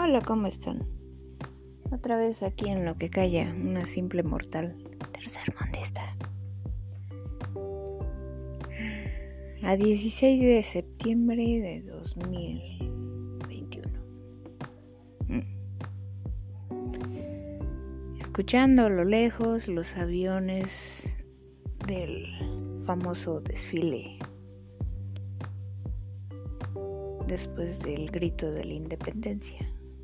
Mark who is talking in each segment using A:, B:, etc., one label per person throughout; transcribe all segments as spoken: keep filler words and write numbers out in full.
A: Hola, ¿cómo están? Otra vez aquí en lo que calla una simple mortal tercermundista. A dieciséis de septiembre de dos mil veintiuno. Escuchando a lo lejos los aviones del famoso desfile después del grito de la independencia.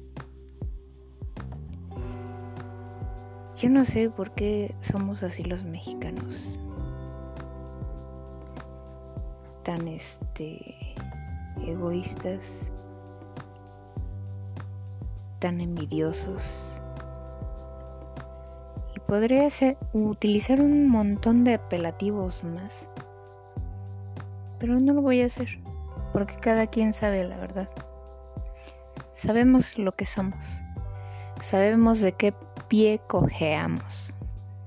A: Yo no sé por qué somos así los mexicanos, tan este egoístas, tan envidiosos. Y podría ser, utilizar un montón de apelativos más, pero no lo voy a hacer, porque cada quien sabe la verdad. Sabemos lo que somos, sabemos de qué pie cojeamos.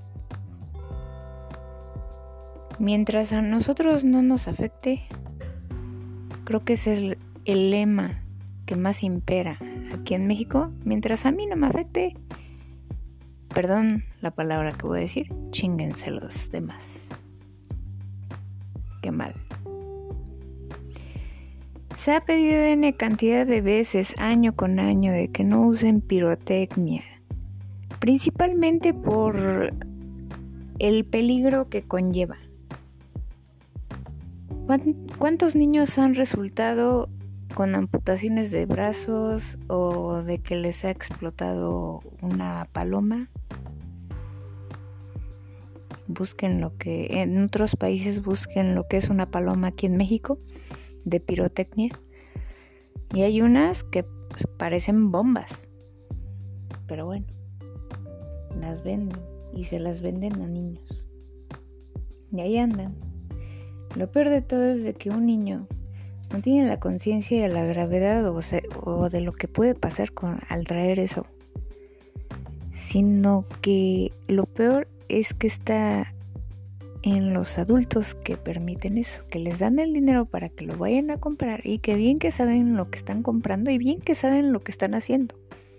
A: Mientras a nosotros no nos afecte, creo que ese es el, el lema que más impera aquí en México. Mientras a mí no me afecte, perdón la palabra que voy a decir, chínguense los demás. Qué mal. Se ha pedido N cantidad de veces, año con año, de que no usen pirotecnia, principalmente por el peligro que conlleva. ¿Cuántos niños han resultado con amputaciones de brazos o de que les ha explotado una paloma? Busquen lo que, en otros países busquen lo que es una paloma aquí en México, de pirotecnia. Y hay unas que pues, parecen bombas. Pero bueno, las venden y se las venden a niños. Y ahí andan. Lo peor de todo es de que un niño no tiene la conciencia de la gravedad o, se, o de lo que puede pasar con, al traer eso. Sino que lo peor es que está en los adultos que permiten eso, que les dan el dinero para que lo vayan a comprar y que bien que saben lo que están comprando y bien que saben lo que están haciendo.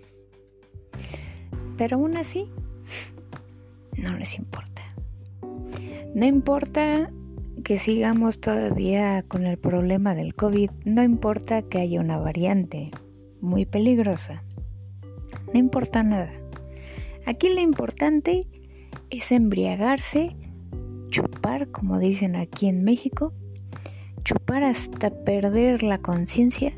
A: Pero aún así, no les importa. No importa que sigamos todavía con el problema del COVID, no importa que haya una variante muy peligrosa, no importa nada. Aquí lo importante es embriagarse, chupar, como dicen aquí en México, chupar hasta perder la conciencia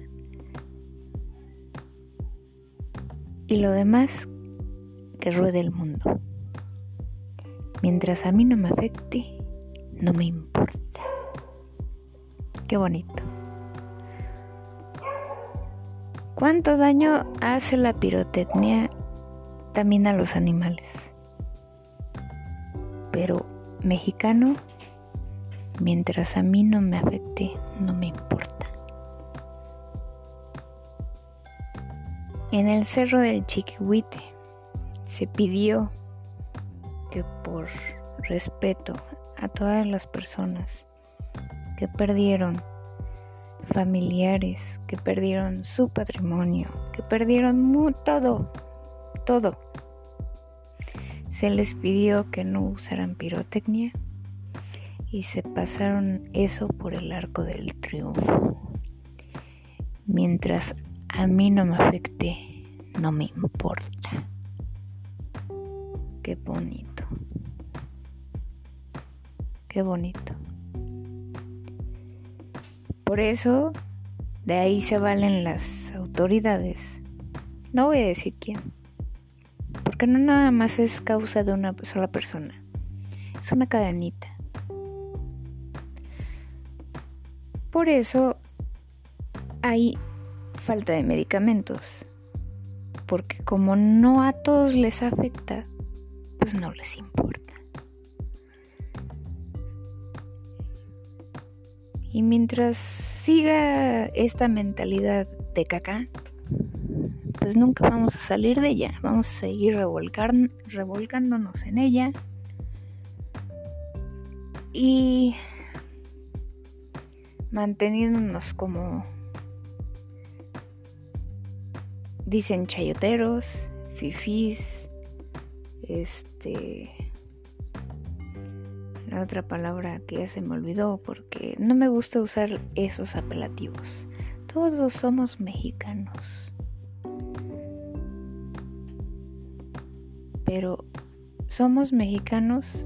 A: y lo demás que ruede el mundo. Mientras a mí no me afecte, no me importa. Qué bonito. ¿Cuánto daño hace la pirotecnia también a los animales? Pero mexicano, mientras a mí no me afecte, no me importa. En el Cerro del Chiquihuite se pidió que por respeto a todas las personas que perdieron familiares, que perdieron su patrimonio, que perdieron mu- todo, todo, se les pidió que no usaran pirotecnia y se pasaron eso por el arco del triunfo. Mientras a mí no me afecte, no me importa. Qué bonito. Qué bonito. Por eso, de ahí se valen las autoridades. No voy a decir quién. Porque no nada más es causa de una sola persona. Es una cadenita. Por eso hay falta de medicamentos. Porque como no a todos les afecta, pues no les importa. Y mientras siga esta mentalidad de caca, pues nunca vamos a salir de ella. Vamos a seguir revolcar, revolcándonos en ella. Y manteniéndonos como dicen chayoteros, fifís, este... la otra palabra que ya se me olvidó porque no me gusta usar esos apelativos. Todos somos mexicanos. Pero somos mexicanos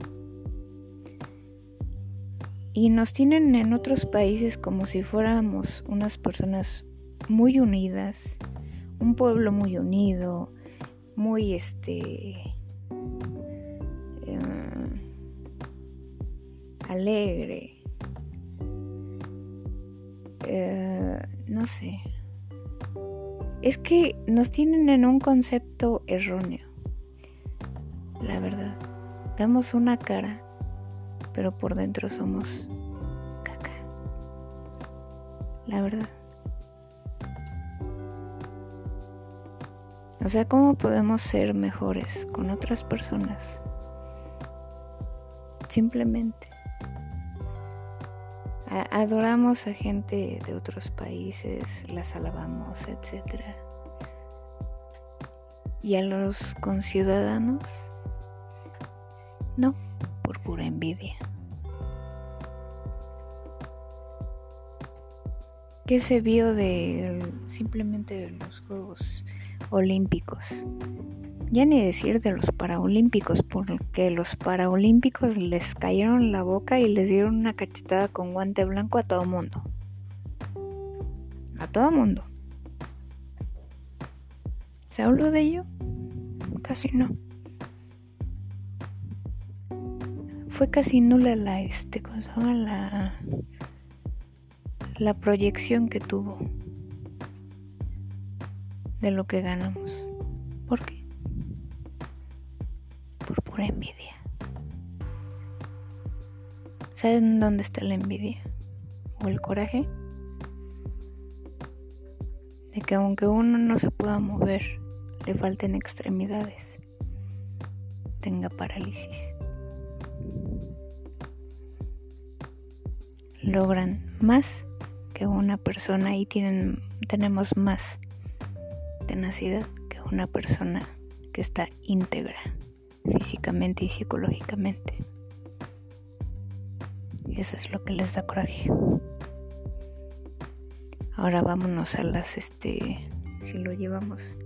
A: y nos tienen en otros países como si fuéramos unas personas muy unidas, un pueblo muy unido, muy este eh, alegre, eh, no sé. Es que nos tienen en un concepto erróneo. La verdad, damos una cara, pero por dentro somos caca. La verdad. O sea, ¿cómo podemos ser mejores con otras personas? Simplemente. A- adoramos a gente de otros países, las alabamos, etcétera. Y a los conciudadanos, no, por pura envidia. ¿Qué se vio de simplemente de los Juegos Olímpicos? Ya ni decir de los Paralímpicos, porque los Paralímpicos les cayeron la boca y les dieron una cachetada con guante blanco a todo mundo. A todo mundo. ¿Se habló de ello? Casi no. Fue casi nula la este, ¿cómo se llama? La, la proyección que tuvo de lo que ganamos. ¿Por qué? Por pura envidia. ¿Saben dónde está la envidia? ¿O el coraje? De que aunque uno no se pueda mover, le falten extremidades, tenga parálisis. Logran más que una persona y tienen, tenemos más tenacidad que una persona que está íntegra físicamente y psicológicamente. Eso es lo que les da coraje. Ahora vámonos a las este si lo llevamos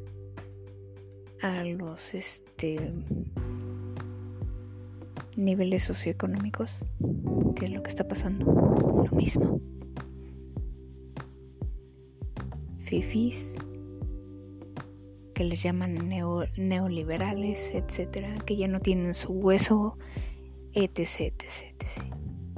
A: a los este niveles socioeconómicos, ¿qué es lo que está pasando? Lo mismo. Fifís, que les llaman neo, neoliberales, etcétera, que ya no tienen su hueso, etc, etc, etcétera.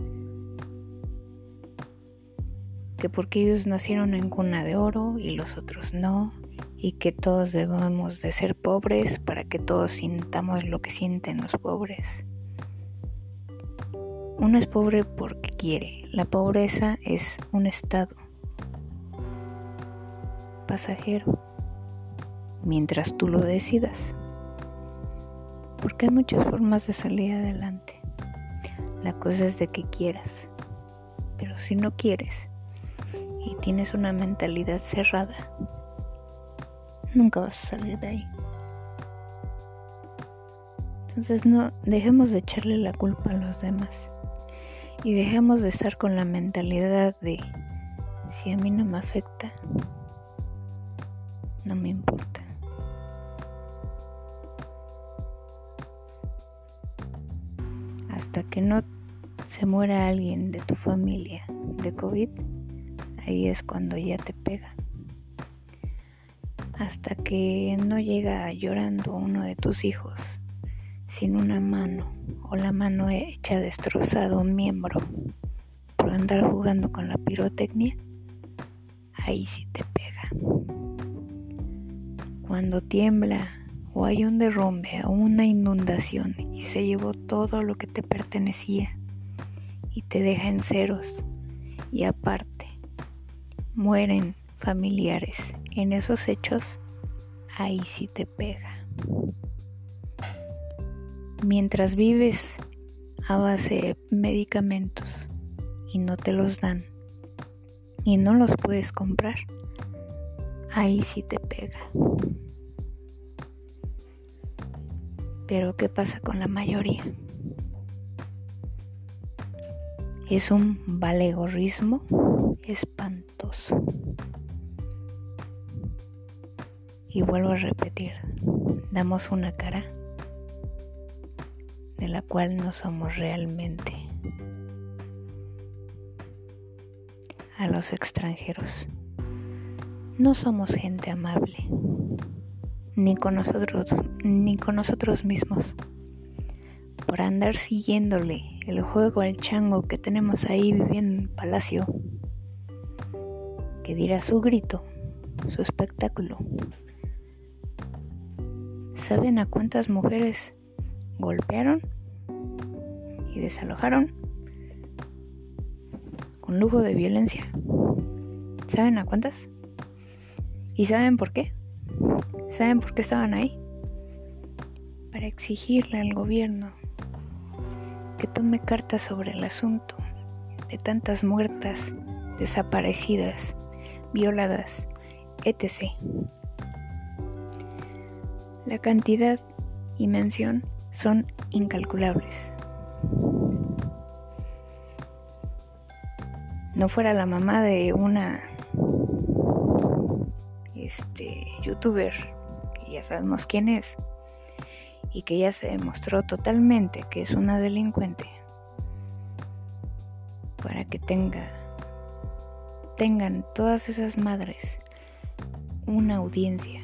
A: Que porque ellos nacieron en cuna de oro y los otros no, y que todos debemos de ser pobres para que todos sintamos lo que sienten los pobres. Uno es pobre porque quiere. La pobreza es un estado pasajero, mientras tú lo decidas. Porque hay muchas formas de salir adelante. La cosa es de que quieras. Pero si no quieres y tienes una mentalidad cerrada, nunca vas a salir de ahí. Entonces no dejemos de echarle la culpa a los demás. Y dejemos de estar con la mentalidad de si a mí no me afecta, no me importa. Hasta que no se muera alguien de tu familia de COVID, ahí es cuando ya te pega. Hasta que no llega llorando uno de tus hijos sin una mano o la mano hecha destrozada, un miembro, por andar jugando con la pirotecnia, ahí sí te pega. Cuando tiembla o hay un derrumbe o una inundación y se llevó todo lo que te pertenecía y te deja en ceros y aparte mueren familiares en esos hechos, ahí sí te pega. Mientras vives a base de medicamentos y no te los dan y no los puedes comprar, ahí sí te pega. Pero ¿qué pasa con la mayoría? Es un valegorrismo espantoso. Y vuelvo a repetir, damos una cara de la cual no somos realmente. A los extranjeros. No somos gente amable, ni con nosotros, ni con nosotros mismos. Por andar siguiéndole el juego al chango que tenemos ahí viviendo en Palacio, que dirá su grito, su espectáculo. ¿Saben a cuántas mujeres golpearon y desalojaron con lujo de violencia? ¿Saben a cuántas? ¿Y saben por qué? ¿Saben por qué estaban ahí? Para exigirle al gobierno que tome cartas sobre el asunto de tantas muertas, desaparecidas, violadas, etcétera. La cantidad y mención son incalculables. No fuera la mamá de una este youtuber que ya sabemos quién es y que ya se demostró totalmente que es una delincuente, para que tenga tengan todas esas madres una audiencia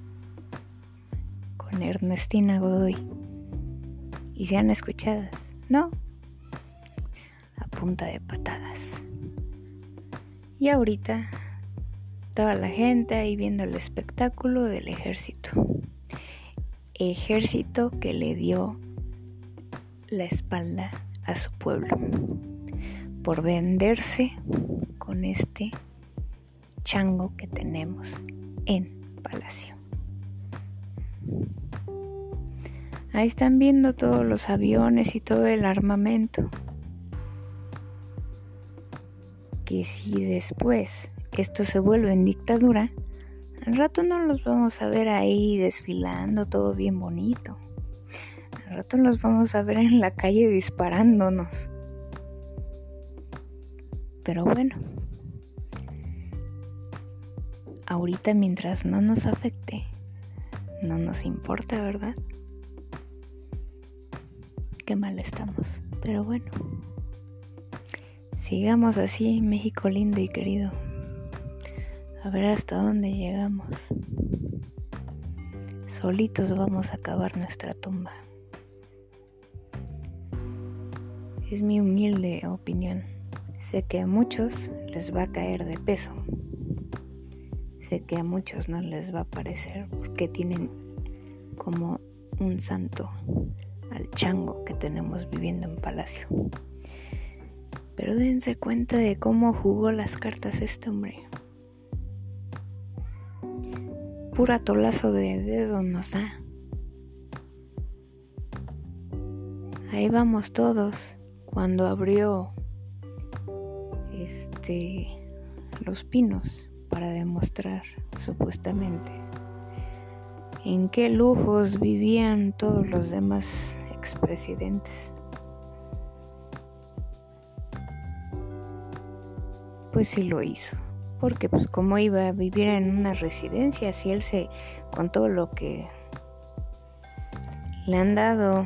A: con Ernestina Godoy y sean escuchadas, no, a punta de patadas. Y ahorita toda la gente ahí viendo el espectáculo del ejército. Ejército que le dio la espalda a su pueblo por venderse con este chango que tenemos en Palacio. Ahí están viendo todos los aviones y todo el armamento. Que si después esto se vuelve en dictadura, al rato no los vamos a ver ahí desfilando todo bien bonito. Al rato los vamos a ver en la calle disparándonos. Pero bueno, ahorita mientras no nos afecte, no nos importa, ¿verdad? Qué mal estamos, pero bueno. Sigamos así, México lindo y querido. A ver hasta dónde llegamos. Solitos vamos a cavar nuestra tumba. Es mi humilde opinión. Sé que a muchos les va a caer de peso. Sé que a muchos no les va a parecer porque tienen como un santo al chango que tenemos viviendo en Palacio. Pero dense cuenta de cómo jugó las cartas este hombre. Pura tolazo de dedo nos da. Ahí vamos todos cuando abrió este Los Pinos para demostrar supuestamente en qué lujos vivían todos los demás expresidentes. Pues sí lo hizo, porque pues como iba a vivir en una residencia, si él se, con todo lo que le han dado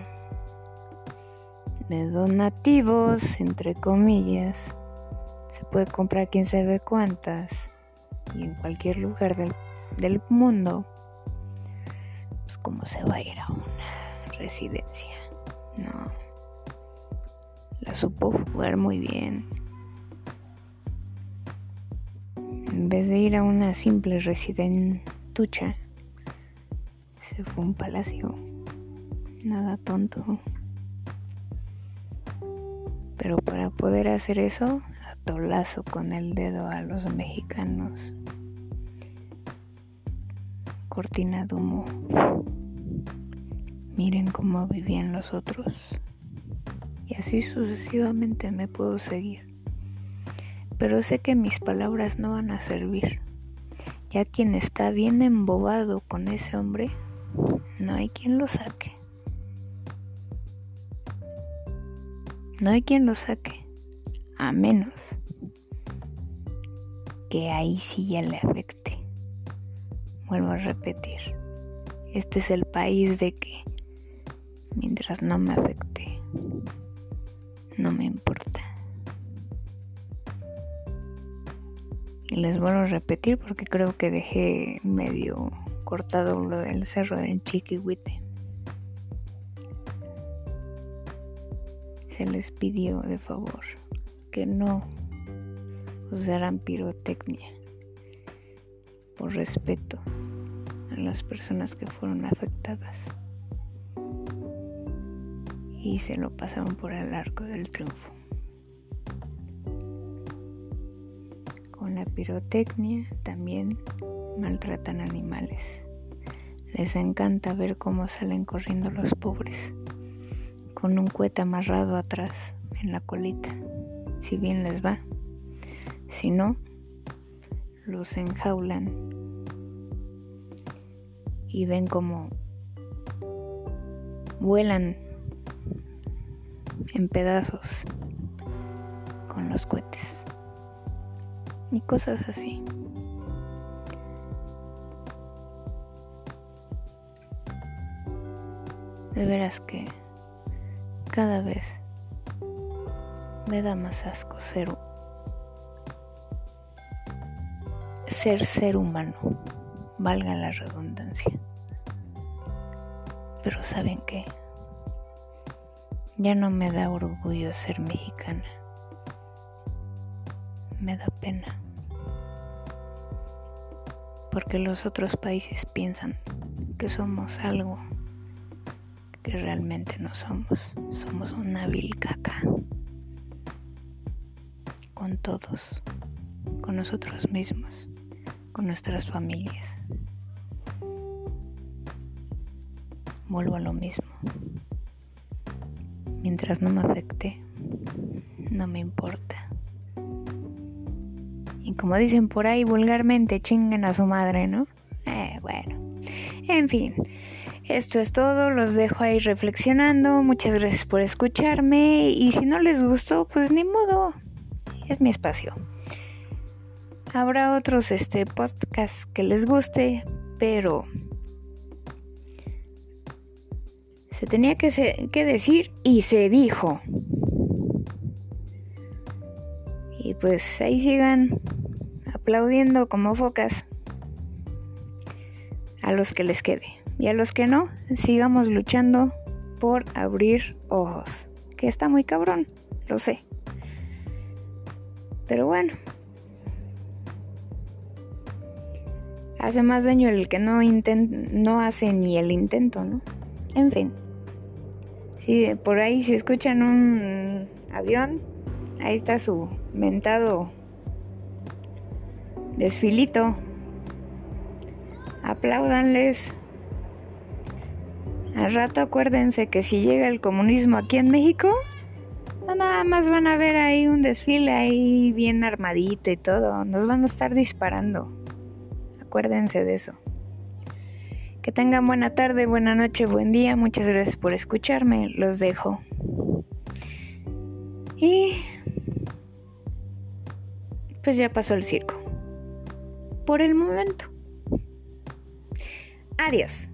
A: de donativos, entre comillas, se puede comprar quién sabe cuántas, y en cualquier lugar del, del mundo, pues cómo se va a ir a una residencia. No, la supo jugar muy bien. En vez de ir a una simple residentucha, se fue a un palacio. Nada tonto. Pero para poder hacer eso, atolazo con el dedo a los mexicanos. Cortina de humo. Miren cómo vivían los otros. Y así sucesivamente me puedo seguir. Pero sé que mis palabras no van a servir, Ya quien está bien embobado con ese hombre, no hay quien lo saque. No hay quien lo saque, a menos que ahí sí ya le afecte. Vuelvo a repetir, este es el país de que mientras no me afecte, no me importa. Y les vuelvo a repetir porque creo que dejé medio cortado lo del cerro del Chiquihuite. Se les pidió de favor que no usaran pirotecnia por respeto a las personas que fueron afectadas y se lo pasaron por el arco del triunfo. Con la pirotecnia también maltratan animales. Les encanta ver cómo salen corriendo los pobres con un cohete amarrado atrás en la colita, si bien les va. Si no, los enjaulan y ven cómo vuelan en pedazos con los cohetes y cosas así. De veras que cada vez me da más asco ser ser ser humano, valga la redundancia. Pero ¿saben qué? Ya no me da orgullo ser mexicana. Me da pena. Porque los otros países piensan que somos algo que realmente no somos. Somos una vil caca. Con todos, con nosotros mismos, con nuestras familias. Vuelvo a lo mismo. Mientras no me afecte, no me importa. Y como dicen por ahí vulgarmente, chinguen a su madre, ¿no? Eh, bueno. En fin, esto es todo. Los dejo ahí reflexionando. Muchas gracias por escucharme. Y si no les gustó, pues ni modo. Es mi espacio. Habrá otros este, podcasts que les guste, pero se tenía que, se, que decir y se dijo. Y pues ahí sigan aplaudiendo como focas a los que les quede. Y a los que no, sigamos luchando por abrir ojos. Que está muy cabrón, lo sé. Pero bueno. Hace más daño el que no intent- no hace ni el intento, ¿no? En fin. Si por ahí se escuchan un avión, ahí está su mentado desfilito. Apláudanles. Al rato acuérdense que si llega el comunismo aquí en México, no nada más van a ver ahí un desfile ahí bien armadito y todo. Nos van a estar disparando. Acuérdense de eso. Que tengan buena tarde, buena noche, buen día. Muchas gracias por escucharme. Los dejo. Y pues ya pasó el circo. Por el momento. Adiós.